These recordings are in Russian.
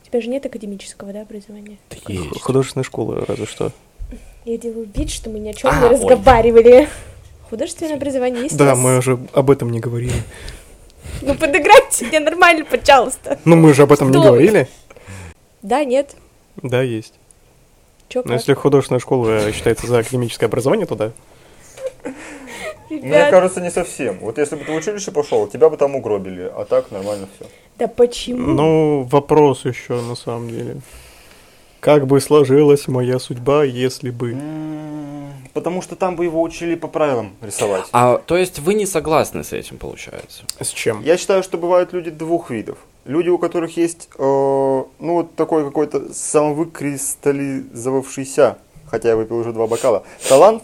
тебя же нет академического, да, образования? Да есть. Художественная школа, разве что. Я делаю вид, что мы ни о чем не разговаривали. Художественное образование есть у Да, вас? мы уже об этом не говорили. Ну, подыграйте мне нормально, пожалуйста. Ну, мы же об этом не говорили. Да, нет. Да, есть. Чё, Но как? если художественная школа считается за академическое образование, то да. Мне Ребят, кажется, не совсем. Вот если бы ты в училище пошел, тебя бы там угробили, а так нормально все. да почему? Ну, вопрос еще на самом деле. Как бы сложилась моя судьба, если бы... Потому что там бы его учили по правилам рисовать. То есть вы не согласны с этим, получается? С чем? Я считаю, что бывают люди двух видов. Люди, у которых есть, ну, вот такой какой-то самовыкристаллизовавшийся, хотя я выпил уже 2 бокала, талант,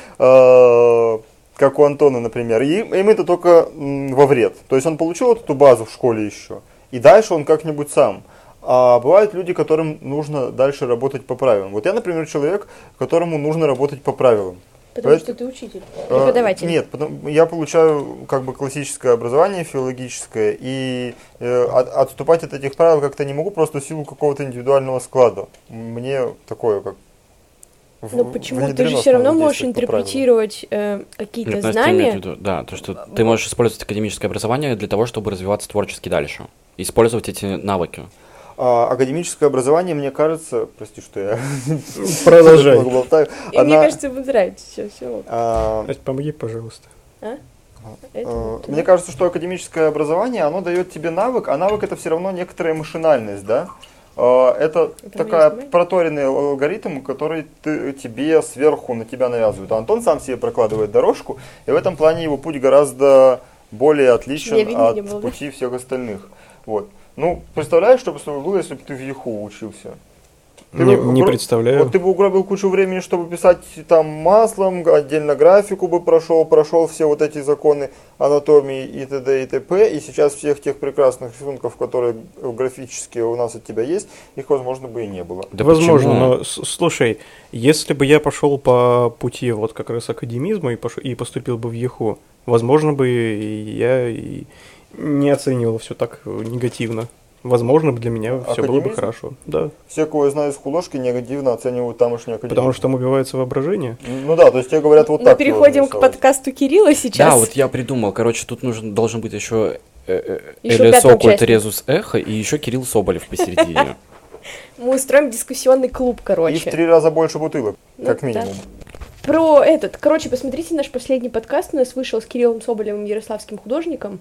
как у Антона, например, и им это только во вред. То есть он получил вот эту базу в школе еще, и дальше он как-нибудь сам. А бывают люди, которым нужно дальше работать по правилам. Вот я, например, человек, которому нужно работать по правилам. Потому что ты учитель, преподаватель. Нет, я получаю как бы классическое образование, филологическое, и отступать от этих правил как-то не могу, просто в силу какого-то индивидуального склада. Мне такое как... Но почему? Ты же все равно можешь интерпретировать какие-то Нет, Настя знания. имеет в виду, да, то, что ты можешь использовать академическое образование для того, чтобы развиваться творчески дальше. Использовать эти навыки. Академическое образование, мне кажется, прости, что я Продолжай. много болтаю. И мне кажется, ему нравится все. Настя, помоги, пожалуйста. Мне кажется, что академическое образование, оно дает тебе навык, а навык это все равно некоторая машинальность, да? Это такая проторенный алгоритм, который тебе сверху на тебя навязывают. А Антон сам себе прокладывает дорожку, и в этом плане его путь гораздо более отличен от пути всех остальных. Вот. Ну, представляешь, что бы с тобой было, если бы ты в ЕХУ учился? Не представляю. Вот ты бы угробил кучу времени, чтобы писать там маслом, отдельно графику бы прошел все вот эти законы анатомии и т.д. и т.п. И сейчас всех тех прекрасных рисунков, которые графические у нас от тебя есть, их, возможно, бы и не было. Да возможно, но слушай, если бы я пошел по пути вот как раз академизма и поступил бы в ЕХУ, возможно бы я и не оценивал все так негативно. Возможно, для меня все было бы хорошо. Да. Все, кого я знаю из художки, негативно оценивают тамошнюю академию. Потому что там убивается воображение? Ну да, то есть тебе говорят вот так. Мы переходим к подкасту Кирилла сейчас. Да, вот я придумал. Короче, тут должен быть еще Элия Соколь, Терезус Эхо и еще Кирилл Соболев посередине. Мы устроим дискуссионный клуб, короче. И в 3 раза больше бутылок, как минимум. Про короче, посмотрите наш последний подкаст, у нас вышел с Кириллом Соболевым, ярославским художником.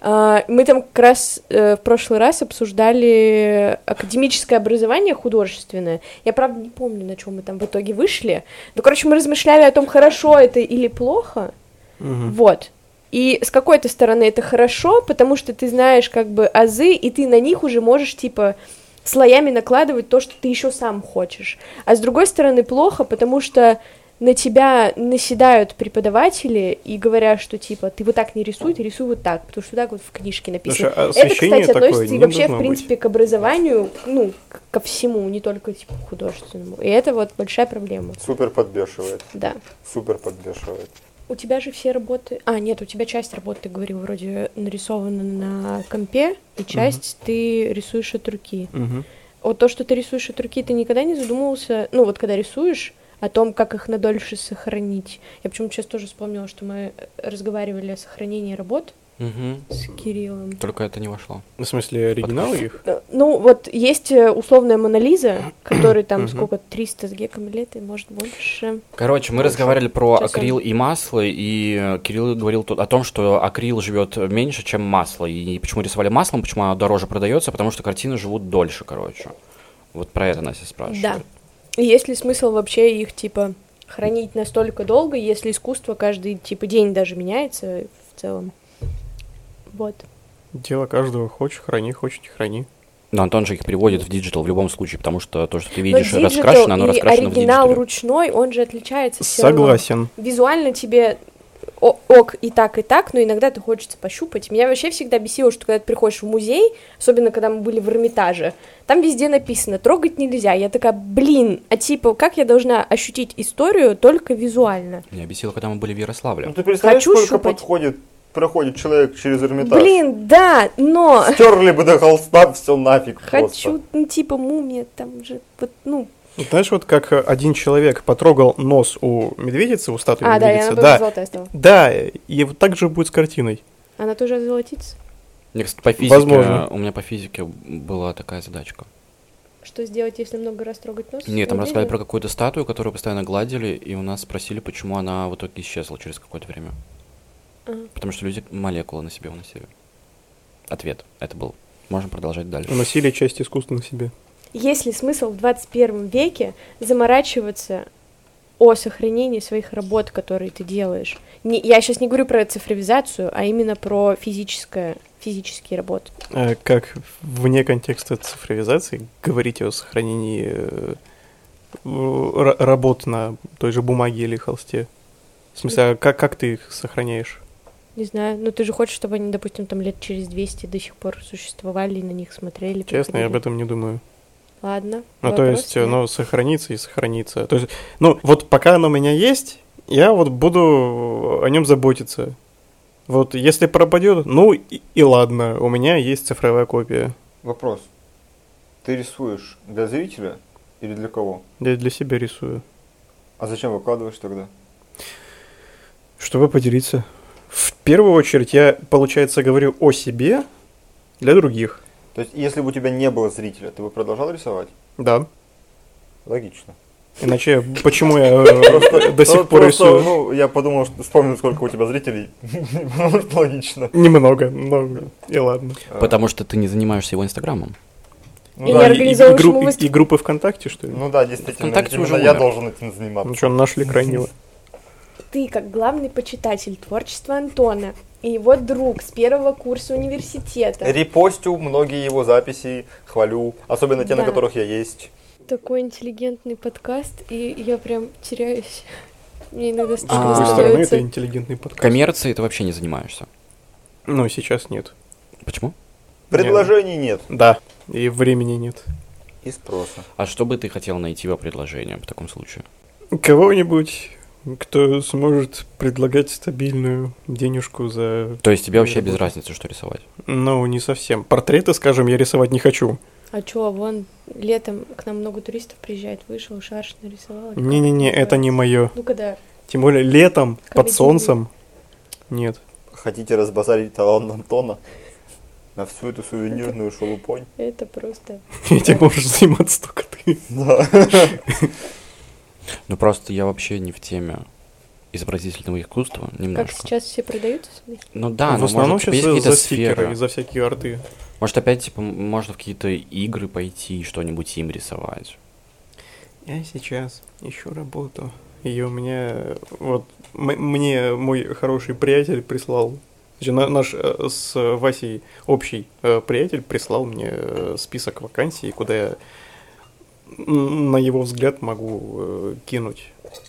Мы там как раз в прошлый раз обсуждали академическое образование художественное. Я, правда, не помню, на чем мы там в итоге вышли. Но, короче, мы размышляли о том, хорошо это или плохо. Вот. И с какой-то стороны это хорошо, потому что ты знаешь как бы азы, и ты на них уже можешь, типа, слоями накладывать то, что ты еще сам хочешь. А с другой стороны плохо, потому что на тебя наседают преподаватели и говорят, что типа ты вот так не рисуй, ты рисуй вот так, потому что вот так вот в книжке написано. Слушай, это, кстати, относится и вообще, в принципе, к образованию, ну, ко всему, не только типа художественному. И это вот большая проблема. Супер подбешивает. Да. Супер подбешивает. У тебя же все работы... нет, у тебя часть работы, ты говорил, вроде нарисована на компе, и часть ты рисуешь от руки. Вот то, что ты рисуешь от руки, ты никогда не задумывался, ну вот когда рисуешь, о том, как их надольше сохранить. Я почему-то сейчас тоже вспомнила, что мы разговаривали о сохранении работ с Кириллом. Только это не вошло. В смысле, оригиналы их? Ну, вот есть условная Мона Лиза, которой там сколько, 300 с геками лет, и может больше. Короче, мы разговаривали про акрил и масло, и Кирилл говорил о том, что акрил живет меньше, чем масло. И почему рисовали маслом, почему оно дороже продается, потому что картины живут дольше, короче. Вот про это Настя спрашивает. Да. Есть ли смысл вообще их, типа, хранить настолько долго, если искусство каждый, типа, день даже меняется в целом? Вот. Дело каждого. Хочешь — храни, хочешь — не храни. Но Антон же их переводит в диджитал в любом случае, потому что то, что ты видишь раскрашено, оно раскрашено в диджитале. Оригинал ручной, он же отличается все Согласен. равно. Визуально тебе ок и так, но иногда ты хочется пощупать. Меня вообще всегда бесило, что когда ты приходишь в музей, особенно когда мы были в Эрмитаже, там везде написано «трогать нельзя». Я такая, типа, как я должна ощутить историю только визуально? Меня бесило, когда мы были в Ярославле. Ну ты представляешь, Хочу сколько щупать. подходит проходит человек через Эрмитаж. Блин, да, но... Стерли бы до холста все нафиг Хочу, просто. типа мумия, там же, Знаешь, вот как один человек потрогал нос у медведицы, у статуи да, и медведицы, она была золотая стала. да, и вот так же будет с картиной. Она тоже озолотится? Мне, кстати, по физике, Возможно. у меня по физике была такая задачка. Что сделать, если много раз трогать нос? Нет, там медведя? рассказали про какую-то статую, которую постоянно гладили, и у нас спросили, почему она в итоге исчезла через какое-то время. Ага. Потому что люди молекулы на себе уносили. Ответ. Это был. Можем продолжать дальше. Уносили часть искусства на себе. Есть ли смысл в 21 веке заморачиваться о сохранении своих работ, которые ты делаешь? Я сейчас не говорю про цифровизацию, а именно про физические работы. Как вне контекста цифровизации говорить о сохранении работ на той же бумаге или холсте? В смысле, а как ты их сохраняешь? Не знаю, но ты же хочешь, чтобы они, допустим, там лет через 200 до сих пор существовали и на них смотрели. Честно, я об приходили. этом не думаю. Ладно. Ну, то вопрос есть, нет. сохранится и сохранится. То есть, вот пока оно у меня есть, я вот буду о нем заботиться. Вот если пропадет, и ладно, у меня есть цифровая копия. Вопрос. Ты рисуешь для зрителя или для кого? Я для себя рисую. А зачем выкладываешь тогда? Чтобы поделиться. В первую очередь я, получается, говорю о себе для других. То есть, если бы у тебя не было зрителя, ты бы продолжал рисовать? Да. Логично. Иначе почему я до сих пор Просто, рисую? я подумал, что вспомнил, сколько у тебя зрителей. Потому что логично. Немного, много. И ладно. Потому что ты не занимаешься его инстаграмом. И не организовываешь ему И группы ВКонтакте, что ли? Ну да, действительно, ВКонтакте именно уже я умер. должен этим заниматься. Ну что, нашли крайнего. Ты, как главный почитатель творчества Антона и его друг с первого курса университета, Репостю многие его записи, хвалю, особенно те, на Да. которых я есть. такой интеллигентный подкаст, и я прям теряюсь. Мне иногда С стыдно другой стороны, становится. это интеллигентный подкаст. Коммерцией ты вообще не занимаешься. Ну, сейчас нет. Почему? Предложений нет. Да, и времени нет. И спроса. А что бы ты хотел найти во предложении в таком случае? Кого-нибудь, кто сможет предлагать стабильную денежку за... То есть тебе вообще без работу. разницы, что рисовать? Ну, не совсем. Портреты, скажем, я рисовать не хочу. А чё, вон летом к нам много туристов приезжает, вышел, шарш нарисовал. Не-не-не, это не мое. Ну когда? Тем более летом, под Комедийный. солнцем. Нет. Хотите разбазарить талант Антона на всю эту сувенирную шелупонь? Это просто... Этим можешь заниматься только ты. Да. Ну просто я вообще не в теме изобразительного искусства Как немножко. сейчас все продаются? Ну да, В но основном может, типа, есть сейчас какие-то за стикеры сферы. и за всякие арты. Может опять, типа, можно в какие-то игры пойти и что-нибудь им рисовать. Я сейчас ищу работу. И у меня... Вот мне мой хороший приятель прислал... Значит, наш с Васей общий приятель прислал мне список вакансий, куда я, на его взгляд, могу кинуть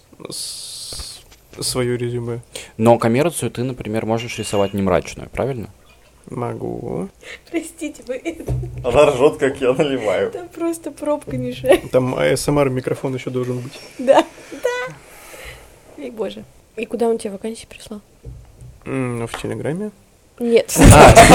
свое резюме. Но коммерцию ты, например, можешь рисовать не мрачную, правильно? Могу. Простите, вы это Она ржет, как я наливаю. просто пробка мешает. Там ASMR микрофон еще должен быть. Да, да. Эй, боже. И куда он тебе вакансии прислал? Ну, в Телеграме. Нет. Все,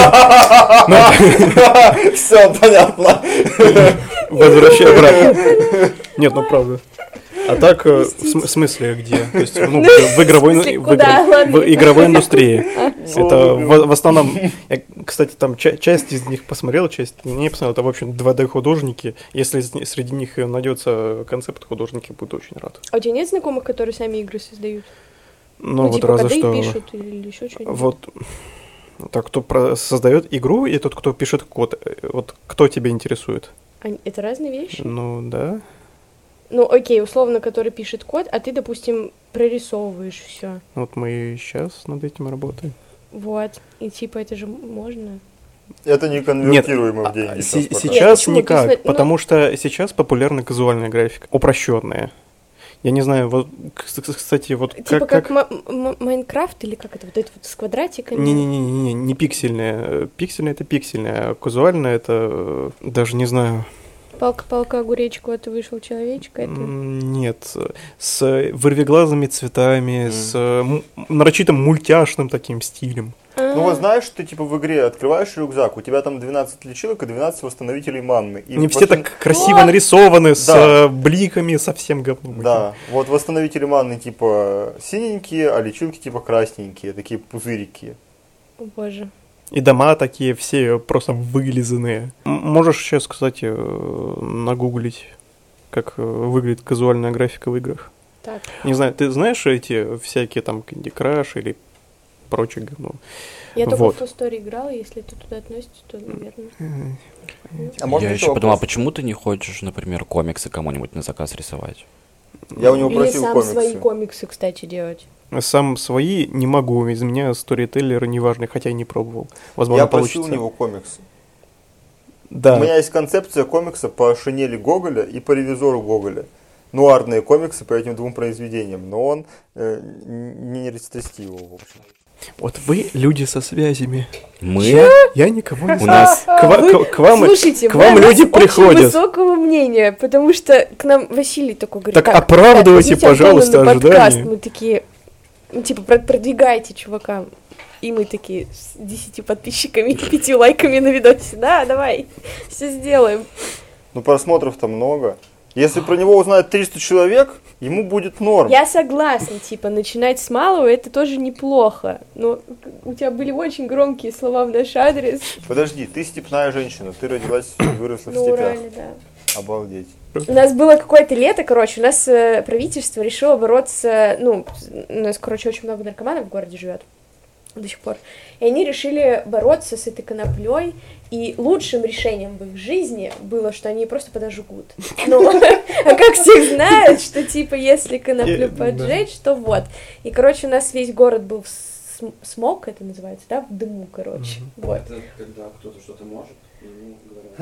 понятно. Возвращай обратно. Нет, ну правда. А так, в смысле, где? То есть, ну, в игровой В смысле, куда? Ладно. в игровой индустрии. А. Это в основном, я, кстати, там часть из них посмотрел, часть не посмотрел. Это, в общем, 2D-художники. Если среди них найдется концепт-художники, буду очень рад. А у тебя нет знакомых, которые сами игры создают? Ну, вот типа, разве коды что... пишут или еще что-нибудь? Вот. Так, кто создает игру, и тот, кто пишет код. Вот кто тебя интересует? Это разные вещи? Ну, да. Ну, окей, условно, который пишет код, а ты, допустим, прорисовываешь все. Вот мы сейчас над этим работаем. Вот. И типа это же можно. Это не конвертируемо в деньги. Сейчас почему? никак, То есть, ну- потому что сейчас популярна казуальная графика, упрощенная. Я не знаю, вот, кстати, вот Типа как Майнкрафт или как это, вот это вот с квадратиками? Не пиксельная. Пиксельная — это пиксельная, а казуальная — это даже не знаю. Палка-палка, огуречку, это вышел человечек, это... Нет, с вырвиглазыми цветами, с нарочитым мультяшным таким стилем. Ну вот знаешь, ты типа в игре открываешь рюкзак, у тебя там 12 лечилок и 12 восстановителей манны. И они все так красиво нарисованы, с бликами, совсем говно. Да, вот восстановители манны типа синенькие, а лечилки типа красненькие, такие пузырики. О боже. И дома такие все просто вылизанные. Можешь сейчас, кстати, нагуглить, как выглядит казуальная графика в играх? Так. Не знаю, ты знаешь эти всякие там Candy Crush или прочее говно? Я только в Toy Story играла, если это туда относится, то, наверное. Я еще подумал, почему ты не хочешь, например, комиксы кому-нибудь на заказ рисовать? Я у него просил или сам комиксы. Свои комиксы, кстати, делать. Сам свои не могу, из меня сторителлер неважный, хотя и не пробовал. Возможно, я получится. просил у него комиксы. Да. У меня есть концепция комикса по шинели Гоголя и по ревизору Гоголя. Нуарные комиксы по этим двум произведениям, но он не растести его, в общем. Вот вы люди со связями. Мы? Я никого не У знаю. нас... Слушайте, к вам люди приходят. Очень высокого мнения, потому что к нам Василий такой говорит: так оправдывайте, пожалуйста, ожидания. Мы такие, ну, типа, продвигайте чувакам. И мы такие с 10 подписчиками, 5 лайками на видосе. Да, давай, все сделаем. Ну, просмотров-то много. Если про него узнает 300 человек, ему будет норм. Я согласна, типа, начинать с малого, это тоже неплохо. Но у тебя были очень громкие слова в наш адрес. Подожди, ты степная женщина, ты родилась и выросла в степях. Урале, да. Обалдеть. У нас было какое-то лето, короче, у нас правительство решило бороться, ну, у нас, короче, очень много наркоманов в городе живет до сих пор. И они решили бороться с этой коноплей, и лучшим решением в их жизни было, что они просто подожгут. Ну, а как всех знают, что, типа, если коноплю поджечь, то вот. И, короче, у нас весь город был в смог, это называется, да, в дыму, короче. Вот. Это когда кто-то что-то может, ему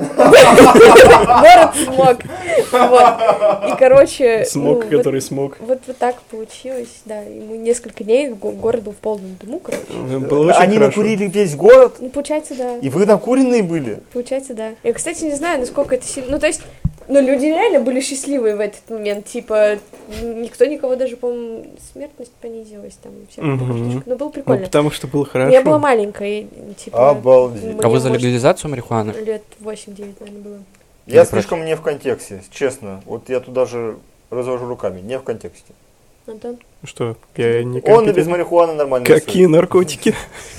Город смог. Вот. И, короче... Смог, который смог. Вот так получилось, да. И мы несколько дней, город был в полном дыму, короче. Они накурили весь город? Ну, получается, да. И вы накуренные были? Получается, да. Я, кстати, не знаю, насколько это сильно... Ну, то есть... Но люди реально были счастливые в этот момент. Типа, никто никого даже, по-моему, смертность понизилась там. Но было прикольно. Ну, потому что было хорошо. Я была маленькая, типа... Обалдеть. А вы за легализацию марихуаны? Лет 8-9, наверное, было. Я слишком не в контексте, честно. Вот я тут даже развожу руками, не в контексте. Антон? Что? Я не Он и без марихуаны нормально. Какие наркотики?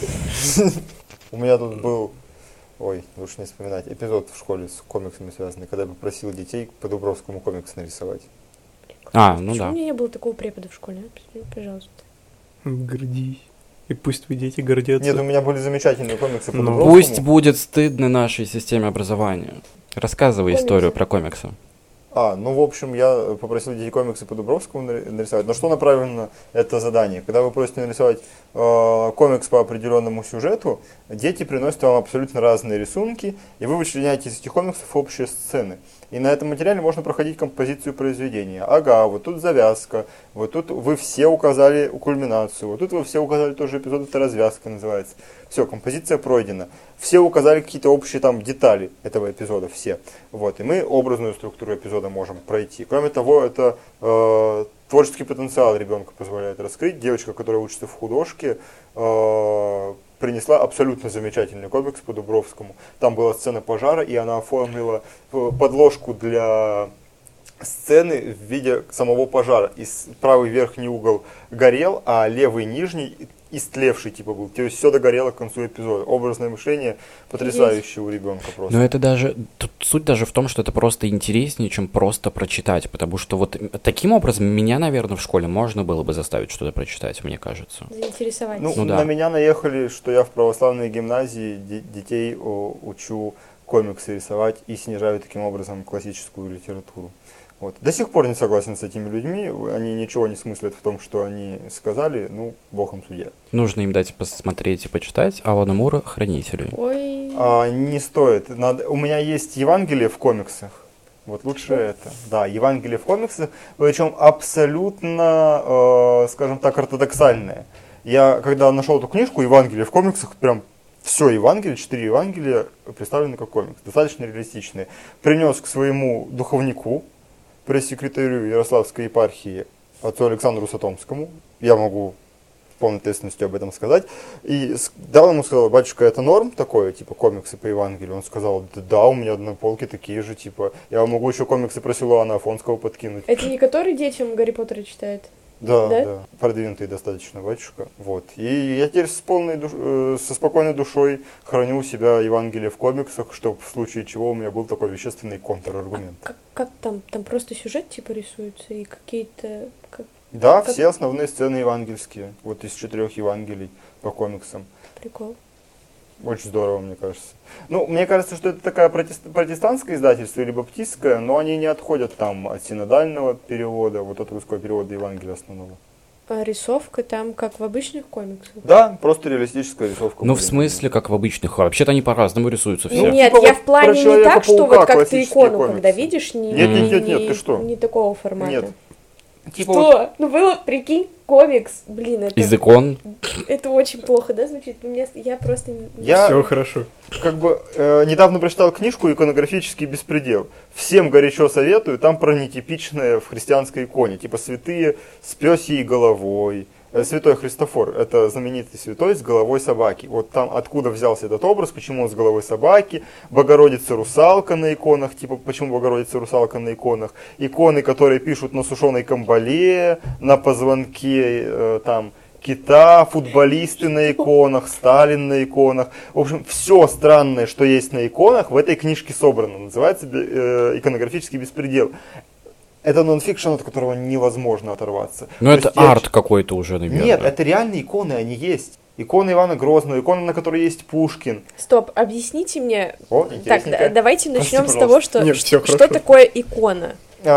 У меня тут был... Ой, лучше не вспоминать. Эпизод в школе с комиксами связанный, когда я попросил детей по Дубровскому комикс нарисовать. Ну Почему да. у меня не было такого препода в школе? Пожалуйста. Гордись. И пусть твои дети гордятся. Нет, у меня были замечательные комиксы по Дубровскому. Пусть будет стыдно нашей системе образования. Рассказывай историю про комиксы. Ну, в общем, я попросил детей комиксы по Дубровскому нарисовать. На что направлено это задание? Когда вы просите нарисовать комикс по определенному сюжету, дети приносят вам абсолютно разные рисунки, и вы вычленяете из этих комиксов общие сцены. И на этом материале можно проходить композицию произведения. Ага, вот тут завязка, вот тут вы все указали кульминацию, вот тут вы все указали тоже эпизод, это развязка называется. Все, композиция пройдена. Все указали какие-то общие там детали этого эпизода, все. Вот, и мы образную структуру эпизода можем пройти. Кроме того, это творческий потенциал ребенка позволяет раскрыть. Девочка, которая учится в художке, принесла абсолютно замечательный комикс по Дубровскому. Там была сцена пожара, и она оформила подложку для сцены в виде самого пожара. И правый верхний угол горел, а левый нижний истлевший типа был. То есть все догорело к концу эпизода. Образное мышление потрясающее у ребенка просто. Но это даже, тут суть даже в том, что это просто интереснее, чем просто прочитать. Потому что вот таким образом меня, наверное, в школе можно было бы заставить что-то прочитать, мне кажется. Заинтересовать. Ну да. На меня наехали, что я в православной гимназии детей учу комиксы рисовать и снижаю таким образом классическую литературу. Вот. До сих пор не согласен с этими людьми, они ничего не смыслят в том, что они сказали, ну, бог им судья. Нужно им дать посмотреть и почитать Алана Мура «Хранители». Ой. Не стоит. У меня есть Евангелие в комиксах. Вот лучше это. Да, Евангелие в комиксах, причем абсолютно, скажем так, ортодоксальное. Я, когда нашел эту книжку «Евангелие в комиксах», прям все Евангелие, 4 Евангелия представлены как комикс, достаточно реалистичные. Принес к своему духовнику, пресс-секретарю Ярославской епархии, отцу Александру Сатомскому. Я могу полной ответственностью об этом сказать. И дал ему, сказал: батюшка, это норм такое, типа, комиксы по Евангелию? Он сказал: да, у меня на полке такие же, типа, я могу еще комиксы про Силуана Афонского подкинуть. Это не который детям Гарри Поттера читает? Да, продвинутый достаточно, батюшка. Вот. И я теперь со спокойной душой храню у себя Евангелие в комиксах, чтобы в случае чего у меня был такой вещественный контраргумент. Как там? Там просто сюжет типа рисуется и какие-то... Да, все основные сцены евангельские. Вот из 4 Евангелий по комиксам. Прикол. Очень здорово, мне кажется. Ну, мне кажется, что это такая протестантское издательство или баптистское, но они не отходят там от синодального перевода, вот от русского перевода Евангелия основного. А рисовка там как в обычных комиксах? Да, просто реалистическая рисовка. Ну, в смысле, как в обычных. Вообще-то они по-разному рисуются все. Нет, типа я вот в плане про не так, что вот как ты икону, комиксы. когда видишь, Нет, ты что? Не такого формата. Нет. Типа Что? вот... Ну было, прикинь, комикс, блин, это... Из икон. Это очень плохо, да, звучит? Я просто... Все хорошо. Как бы недавно прочитал книжку «Иконографический беспредел». Всем горячо советую, там про нетипичное в христианской иконе, типа святые с пёсьей головой. Святой Христофор, это знаменитый святой с головой собаки. Вот там откуда взялся этот образ, почему он с головой собаки, Богородица-русалка на иконах, типа почему Богородица-русалка на иконах, иконы, которые пишут на сушеной камбале, на позвонке, там, кита, футболисты на иконах, Сталин на иконах. В общем, все странное, что есть на иконах, в этой книжке собрано. Называется «Иконографический беспредел». Это нонфикшн, от которого невозможно оторваться. Ну, это арт какой-то уже, наверное. Нет, это реальные иконы, они есть. Иконы Ивана Грозного, иконы, на которой есть Пушкин. Стоп, объясните мне... Так, давайте начнем с того, что такое икона.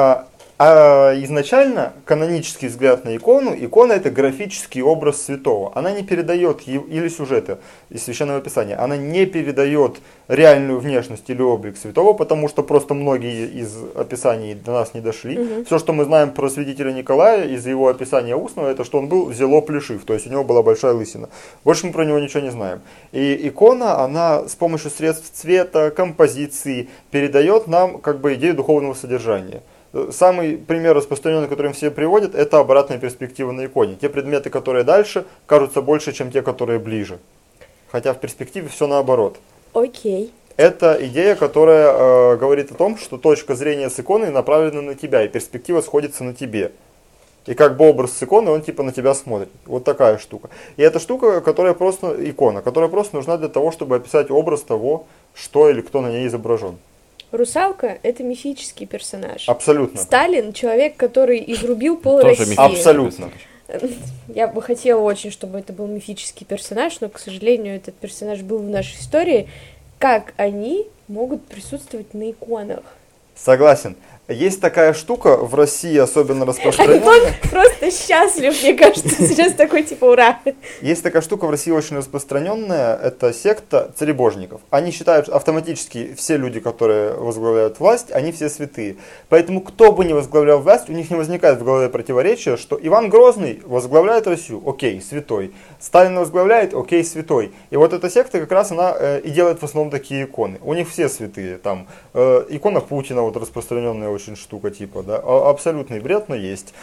Изначально канонический взгляд на икону, икона это графический образ святого. Она не передает, или сюжета из Священного Писания, она не передает реальную внешность или облик святого, потому что просто многие из описаний до нас не дошли. Угу. Все, что мы знаем про святителя Николая из его описания устного, это что он был зело плешив, то есть у него была большая лысина. Больше мы про него ничего не знаем. И икона, она с помощью средств цвета, композиции передает нам как бы идею духовного содержания. Самый пример распространенный, который все приводят, это обратная перспектива на иконе. Те предметы, которые дальше, кажутся больше, чем те, которые ближе. Хотя в перспективе все наоборот. Окей. Это идея, которая говорит о том, что точка зрения с иконой направлена на тебя, и перспектива сходится на тебе. И как бы образ с иконы, он типа на тебя смотрит. Вот такая штука. И эта штука, которая просто икона, которая просто нужна для того, чтобы описать образ того, что или кто на ней изображен. Русалка – это мифический персонаж. Абсолютно. Сталин – человек, который изрубил пол России. Абсолютно. Я бы хотела очень, чтобы это был мифический персонаж, но, к сожалению, этот персонаж был в нашей истории. Как они могут присутствовать на иконах? Согласен. Есть такая штука в России особенно распространенная. Антон просто счастлив, мне кажется, сейчас такой типа ура. Есть такая штука в России очень распространенная, это секта царебожников. Они считают автоматически все люди, которые возглавляют власть, они все святые. Поэтому кто бы ни возглавлял власть, у них не возникает в голове противоречия, что Иван Грозный возглавляет Россию, окей, святой. Сталин возглавляет, окей, святой. И вот эта секта как раз она и делает в основном такие иконы. У них все святые. Там икона Путина, вот распространенная очень штука типа, да, абсолютный бред, но есть.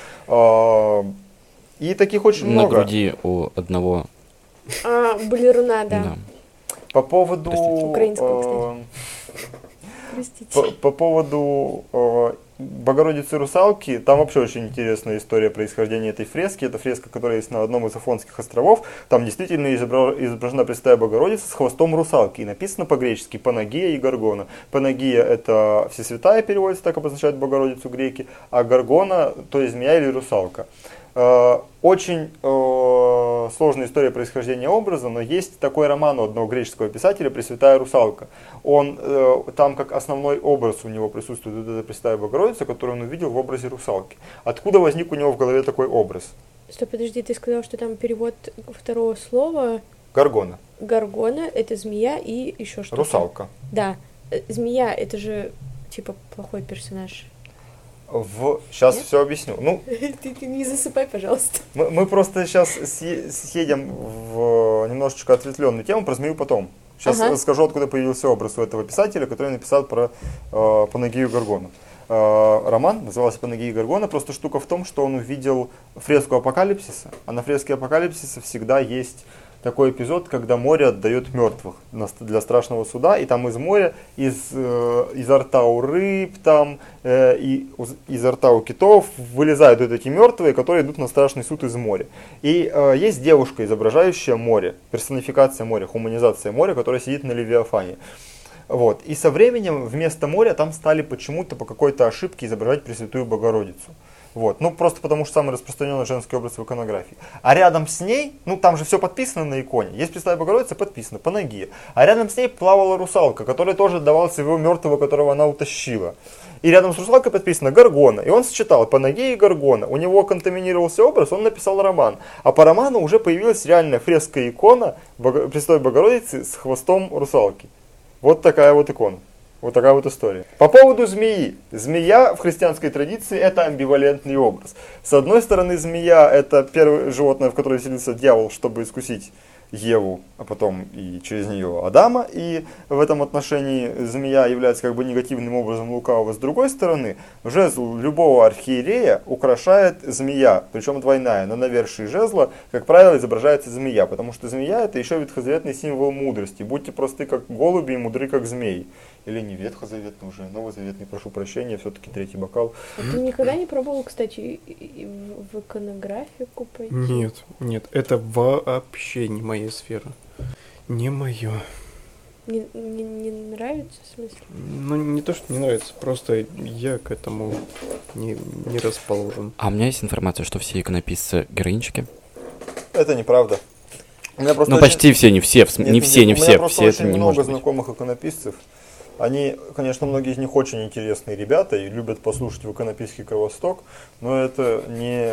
И таких очень много. На груди у одного. Балеруна, да. По поводу... Украинского, кстати. Простите. По поводу Богородицы Русалки, там вообще очень интересная история происхождения этой фрески. Это фреска, которая есть на одном из Афонских островов. Там действительно изображена Пресвятая Богородица с хвостом русалки. И написано по-гречески Панагия и Горгона. Панагия это Всесвятая переводится, так обозначают Богородицу греки. А Горгона, то есть змея или русалка. Очень сложная история происхождения образа, но есть такой роман у одного греческого писателя «Пресвятая русалка». Он там как основной образ у него присутствует вот эта Пресвятая Богородица, которую он увидел в образе русалки. Откуда возник у него в голове такой образ? Стоп, подожди, ты сказал, что там перевод второго слова? Горгона. Горгона – это змея и еще что-то. Русалка. Да. Змея – это же типа плохой персонаж. Сейчас все объясню. Ну, ты не засыпай, пожалуйста. Мы просто сейчас съедем в немножечко ответвленную тему, про змею потом. Сейчас расскажу, откуда появился образ у этого писателя, который написал про Панагию Горгону. Роман назывался «Панагия Горгона». Просто штука в том, что он увидел фреску Апокалипсиса, а на фреске Апокалипсиса всегда есть такой эпизод, когда море отдает мертвых для страшного суда, и там из моря, изо рта у рыб, там, и изо рта у китов вылезают вот эти мертвые, которые идут на страшный суд из моря. И есть девушка, изображающая море, персонификация моря, хуманизация моря, которая сидит на Левиафане. Вот. И со временем вместо моря там стали почему-то по какой-то ошибке изображать Пресвятую Богородицу. Вот. Ну, просто потому что самый распространенный женский образ в иконографии. А рядом с ней, ну, там же все подписано на иконе. Есть Пресвятая Богородица, подписано, Панагия. А рядом с ней плавала русалка, которая тоже отдавала своего мертвого, которого она утащила. И рядом с русалкой подписано Горгона. И он сочетал Панагия и Горгона. У него контаминировался образ, он написал роман. А по роману уже появилась реальная фреска-икона Пресвятой Богородицы с хвостом русалки. Вот такая вот икона. Вот такая вот история. По поводу змеи. Змея в христианской традиции это амбивалентный образ. С одной стороны, змея это первое животное, в которое вселился дьявол, чтобы искусить Еву, а потом и через нее Адама. И в этом отношении змея является как бы негативным образом лукавого. С другой стороны, жезл любого архиерея украшает змея, причем двойная. На навершии жезла, как правило, изображается змея, потому что змея это еще ветхозаветный символ мудрости. Будьте просты, как голуби, и мудры, как змеи. Или не ветхозаветный уже, новозаветный, прошу прощения, все-таки третий бокал. А ты никогда не пробовал, кстати, в иконографику пойти? Нет, это вообще не моя сфера. Не мое. Не нравится, в смысле? Ну, не то, что не нравится, просто я к этому не расположен. А у меня есть информация, что все иконописцы героинчики. Это неправда. Ну, почти все, не все, не все. У меня просто все это очень не много может быть. знакомых иконописцев. Они, конечно, многие из них очень интересные ребята и любят послушать в иконописке Кровосток, но это не...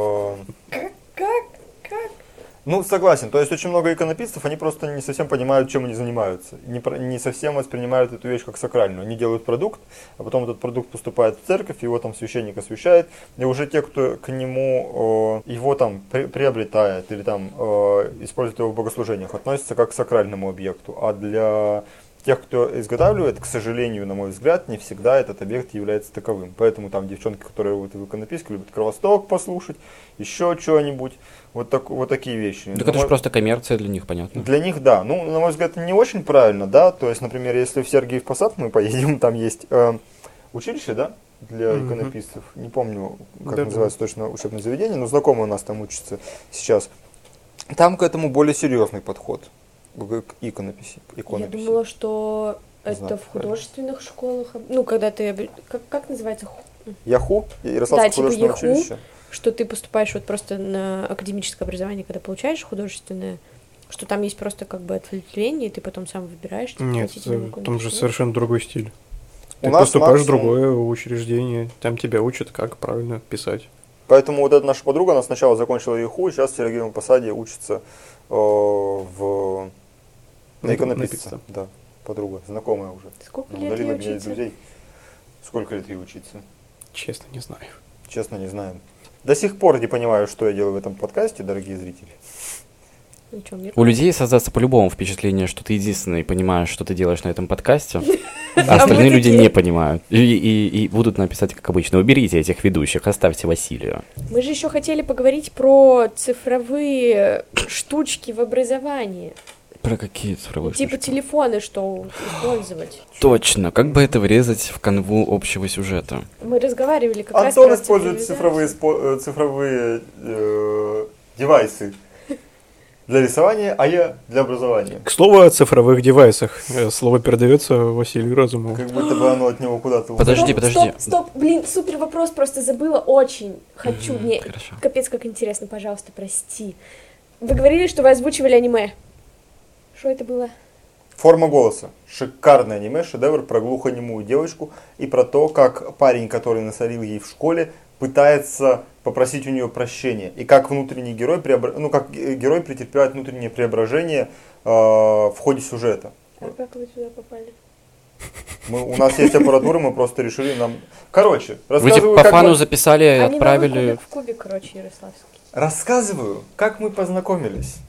Как? Ну, согласен. То есть очень много иконописцев, они просто не совсем понимают, чем они занимаются. Не совсем воспринимают эту вещь как сакральную. Они делают продукт, а потом этот продукт поступает в церковь, его там священник освящает. И уже те, кто к нему его там приобретает или там использует его в богослужениях, относятся как к сакральному объекту. А для тех, кто изготавливает, к сожалению, на мой взгляд, не всегда этот объект является таковым. Поэтому там девчонки, которые вот в иконописке, любят Кровосток послушать, еще что-нибудь. Вот такие вещи. Так это же просто коммерция для них, понятно. Для них, да. Ну, на мой взгляд, это не очень правильно, да. То есть, например, если в Сергиев Посад мы поедем, там есть училище, да, для иконописцев. Не помню, как называется точно учебное заведение, но знакомый у нас там учится сейчас. Там к этому более серьезный подход. К иконописи. Я думала, что это в художественных школах. Ну, когда ты... Как называется? ЯХУ? Ярославское художественное ЯХУ, училище. Что ты поступаешь вот просто на академическое образование, когда получаешь художественное, что там есть просто как бы отвлечение, и ты потом сам выбираешь. Нет, там же совершенно другой стиль. Ты У нас поступаешь в максимум... другое учреждение, там тебя учат, как правильно писать. Поэтому вот эта наша подруга, она сначала закончила ЯХУ, сейчас в Сергиевом Посаде учится на иконописца. Да, подруга, знакомая уже. Сколько лет ей учиться? Друзей. Сколько лет ей учиться? Честно, не знаю. Честно, не знаем. До сих пор не понимаю, что я делаю в этом подкасте, дорогие зрители. У людей создастся по-любому впечатление, что ты единственный понимаешь, что ты делаешь на этом подкасте, а остальные люди не понимают. И будут написать, как обычно, уберите этих ведущих, оставьте Василию. Мы же еще хотели поговорить про цифровые штучки в образовании. Про какие цифровые Типа штучки? Телефоны, что использовать. Точно. Как бы это врезать в канву общего сюжета? Мы разговаривали как раз Антон про использует цифровые девайсы для рисования, а я для образования. К слову о цифровых девайсах. Слово передается Василию Разумову. Как будто бы оно от него куда-то Подожди. Стоп, блин, супер вопрос, просто забыла, очень хочу. Мне хорошо. капец как интересно, пожалуйста, прости. Вы говорили, что вы озвучивали аниме. Что это было? Форма голоса. Шикарное аниме, шедевр про глухонемую девочку и про то, как парень, который насолил ей в школе, пытается попросить у нее прощения. И как внутренний герой, герой претерпевает внутреннее преображение в ходе сюжета. А как вы сюда попали? У нас есть аппаратура, мы просто решили нам... Короче, Вы рассказываю, по фану записали, Они отправили... в кубик, короче, ярославский. Рассказываю, как мы познакомились.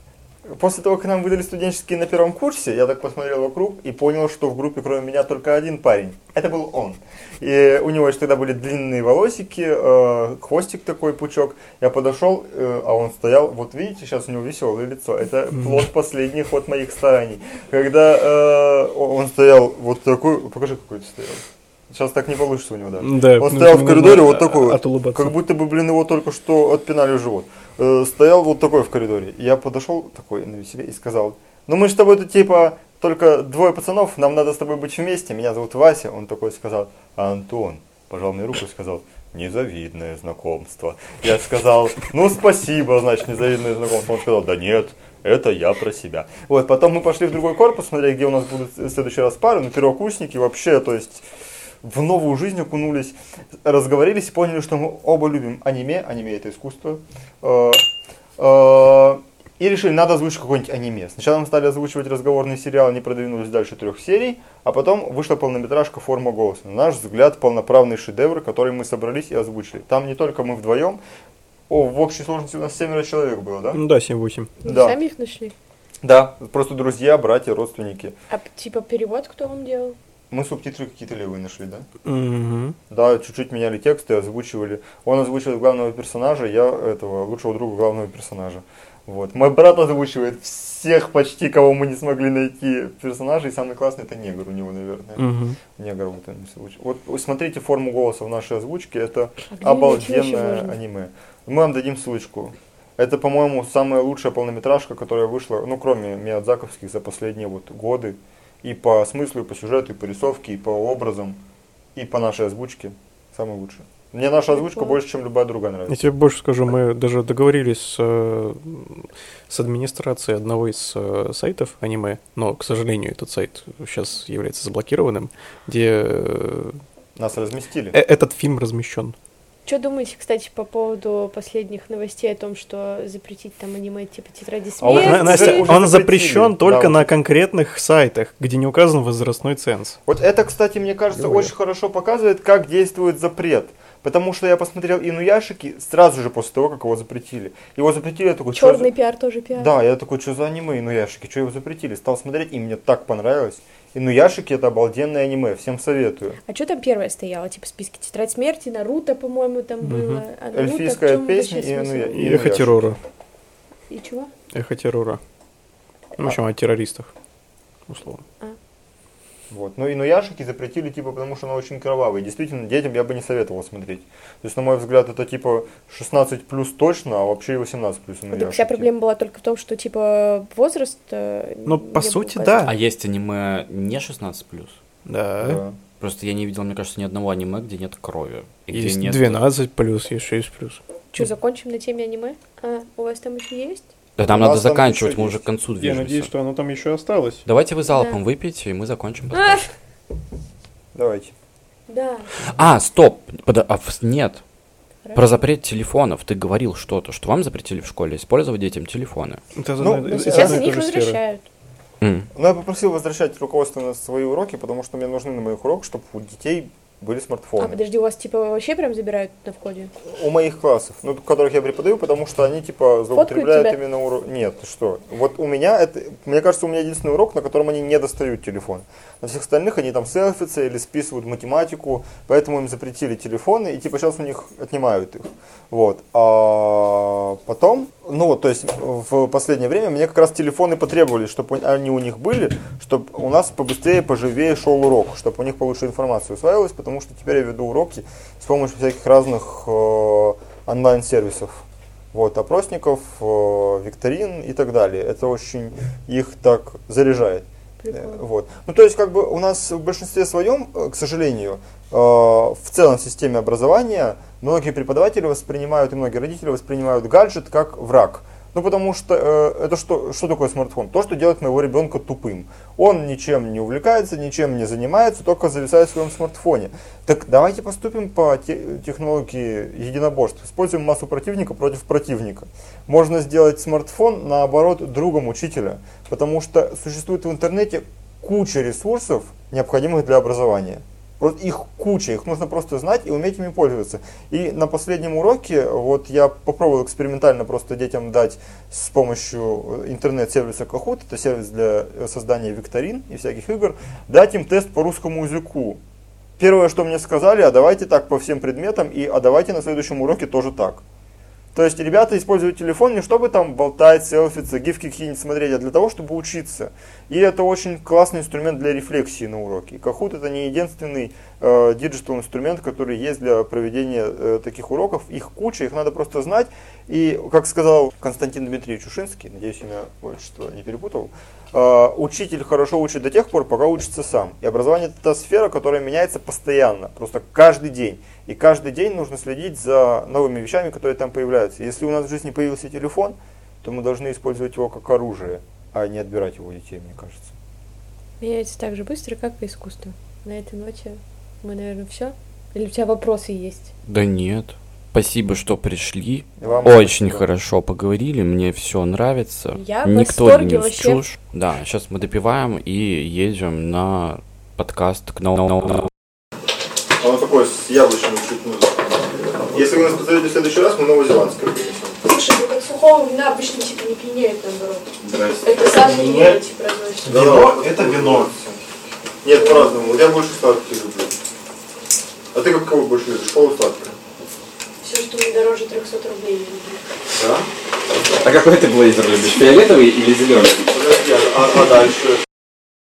после того, как нам выдали студенческие на первом курсе, я так посмотрел вокруг и понял, что в группе кроме меня только один парень. Это был он. И у него еще тогда были длинные волосики, хвостик такой, пучок. Я подошел, а он стоял, вот видите, сейчас у него веселое лицо. Это плод последних вот моих стараний. Когда он стоял вот такой, покажи, какой ты стоял. Сейчас так не получится у него даже. Да, он стоял в коридоре вот такой вот, как будто бы, его только что отпинали в живот. Стоял вот такой в коридоре. Я подошел такой на веселе и сказал, ну мы же с тобой тут типа только двое пацанов, нам надо с тобой быть вместе, меня зовут Вася. Он такой сказал, Антон, пожал мне руку и сказал, незавидное знакомство. Я сказал, ну спасибо, значит, незавидное знакомство. Он сказал, да нет, это я про себя. Вот, потом мы пошли в другой корпус, смотреть, где у нас будут в следующий раз пары, ну первокурсники вообще, то есть... в новую жизнь окунулись, разговорились и поняли, что мы оба любим аниме это искусство, и решили, надо озвучить какое-нибудь аниме. Сначала мы стали озвучивать разговорный сериал, не продвинулись дальше 3 серий, а потом вышла полнометражка «Форма голоса». На наш взгляд, полноправный шедевр, который мы собрались и озвучили. Там не только мы вдвоем, в общей сложности у нас 7 человек было, да? Да, 7-8. Да. Сами их нашли? Да, просто друзья, братья, родственники. А типа перевод кто вам делал? Мы субтитры какие-то левые нашли, да? Угу. Да, чуть-чуть меняли тексты, озвучивали. Он озвучивает главного персонажа, я этого лучшего друга главного персонажа. Вот. Мой брат озвучивает всех почти, кого мы не смогли найти персонажей. И самый классный это негр у него, наверное. Угу. Негр вот он озвучивает. Вот смотрите форму голоса в нашей озвучке, это обалденное аниме. Мы вам дадим ссылочку. Это, по-моему, самая лучшая полнометражка, которая вышла, ну, кроме миядзаковских за последние вот годы. И по смыслу, и по сюжету, и по рисовке, и по образам, и по нашей озвучке. Самое лучшее. Мне наша озвучка больше, чем любая другая нравится. Я тебе больше скажу, мы даже договорились с администрацией одного из сайтов аниме, но, к сожалению, этот сайт сейчас является заблокированным, где... Нас разместили. Этот фильм размещен. Что думаете, кстати, по поводу последних новостей о том, что запретить там аниме типа «Тетради смерти»? Настя, он запрещен только на конкретных сайтах, где не указан возрастной ценз. Вот это, кстати, мне кажется, очень хорошо показывает, как действует запрет. Потому что я посмотрел Инуяшики сразу же после того, как его запретили. Его запретили, я такой... Черный пиар тоже пиар. Да, я такой, что за аниме Инуяшики, что его запретили? Стал смотреть, и мне так понравилось. Инуяшики это обалденное аниме, всем советую. А что там первое стояло? Типа в списке «Тетрадь смерти», «Наруто», по-моему, там было. А эльфийская песня и «Эхо террора». И чего? «Эхо террора». Ну, в общем, о террористах, условно. Вот. Но Инуяшики запретили, типа, потому что она очень кровавая. Действительно, детям я бы не советовал смотреть. То есть, на мой взгляд, это типа 16 плюс точно, а вообще и 18 плюс Инуяшики. Вся проблема была только в том, что типа возраст. Ну, по сути, да. А есть аниме не 16 плюс? Да. Просто я не видел, мне кажется, ни одного аниме, где нет крови. Есть 12 плюс, есть 6 плюс. Что, закончим на теме аниме? А, у вас там еще есть? Да там надо заканчивать, мы уже к концу движемся. Я надеюсь, что оно там еще осталось. Давайте вы залпом выпейте, и мы закончим. Давайте. Да. А, стоп! Нет. Про запрет телефонов. Ты говорил что-то, что вам запретили в школе использовать детям телефоны. Сейчас они их возвращают. Ну, я попросил возвращать руководство на свои уроки, потому что мне нужны на моих уроках, чтобы у детей были смартфоны. А, подожди, у вас типа вообще прям забирают на входе? У моих классов, ну, которых я преподаю, потому что они типа злоупотребляют именно урок. Нет, что? Вот у меня это, мне кажется, у меня единственный урок, на котором они не достают телефон. На всех остальных они там селфятся или списывают математику, поэтому им запретили телефоны, и типа сейчас у них отнимают их. Вот. А потом, ну вот, то есть в последнее время мне как раз телефоны потребовались, чтобы они у них были, чтобы у нас побыстрее, поживее шел урок, чтобы у них получше информация усваивалась, потому что теперь я веду уроки с помощью всяких разных онлайн-сервисов. Вот, опросников, викторин и так далее. Это очень их так заряжает. Вот. Ну, то есть, как бы у нас в большинстве своем, к сожалению, в целом в системе образования многие преподаватели воспринимают и многие родители воспринимают гаджет как враг. Ну, потому что это что такое смартфон? То, что делает моего ребенка тупым. Он ничем не увлекается, ничем не занимается, только зависает в своем смартфоне. Так давайте поступим по технологии единоборств. Используем массу противника против противника. Можно сделать смартфон, наоборот, другом учителя. Потому что существует в интернете куча ресурсов, необходимых для образования. Вот их куча, их нужно просто знать и уметь ими пользоваться. И на последнем уроке вот я попробовал экспериментально просто детям дать с помощью интернет-сервиса Kahoot, это сервис для создания викторин и всяких игр, дать им тест по русскому языку. Первое, что мне сказали, а давайте так по всем предметам, а давайте на следующем уроке тоже так. То есть ребята используют телефон не чтобы там болтать, селфиться, гифки какие-нибудь смотреть, а для того, чтобы учиться. И это очень классный инструмент для рефлексии на уроке. Kahoot это не единственный диджитал инструмент, который есть для проведения таких уроков. Их куча, их надо просто знать. И, как сказал Константин Дмитриевич Ушинский, надеюсь, имя отчество не перепутал, учитель хорошо учит до тех пор, пока учится сам. И образование это та сфера, которая меняется постоянно, просто каждый день. И каждый день нужно следить за новыми вещами, которые там появляются. Если у нас в жизни появился телефон, то мы должны использовать его как оружие, а не отбирать его у детей, мне кажется. Меняется так же быстро, как и искусство. На этой ноте мы, наверное, все. Или у тебя вопросы есть? Да нет. Спасибо, что пришли. Вам очень спасибо. Хорошо поговорили, мне все нравится. Я в Никто восторге не нес вообще. чушь. Да, сейчас мы допиваем и едем на подкаст к новому. Оно такое с яблочным чуть-чуть. Если вы нас позовете в следующий раз, мы новозеландское принесем. Слушай, ну как сухого вина обычно типа не пьянеет, наоборот. Здрасте. Это сладкие Нет. вина типа разносят. Вино – это вино. Нет, по-разному. Вот я больше сладкий люблю. А ты как кого больше любишь? Полусладкое? Все, что не дороже 300 рублей, я люблю. Да? А какой ты блейзер любишь? Фиолетовый или зеленый? Подожди, а дальше?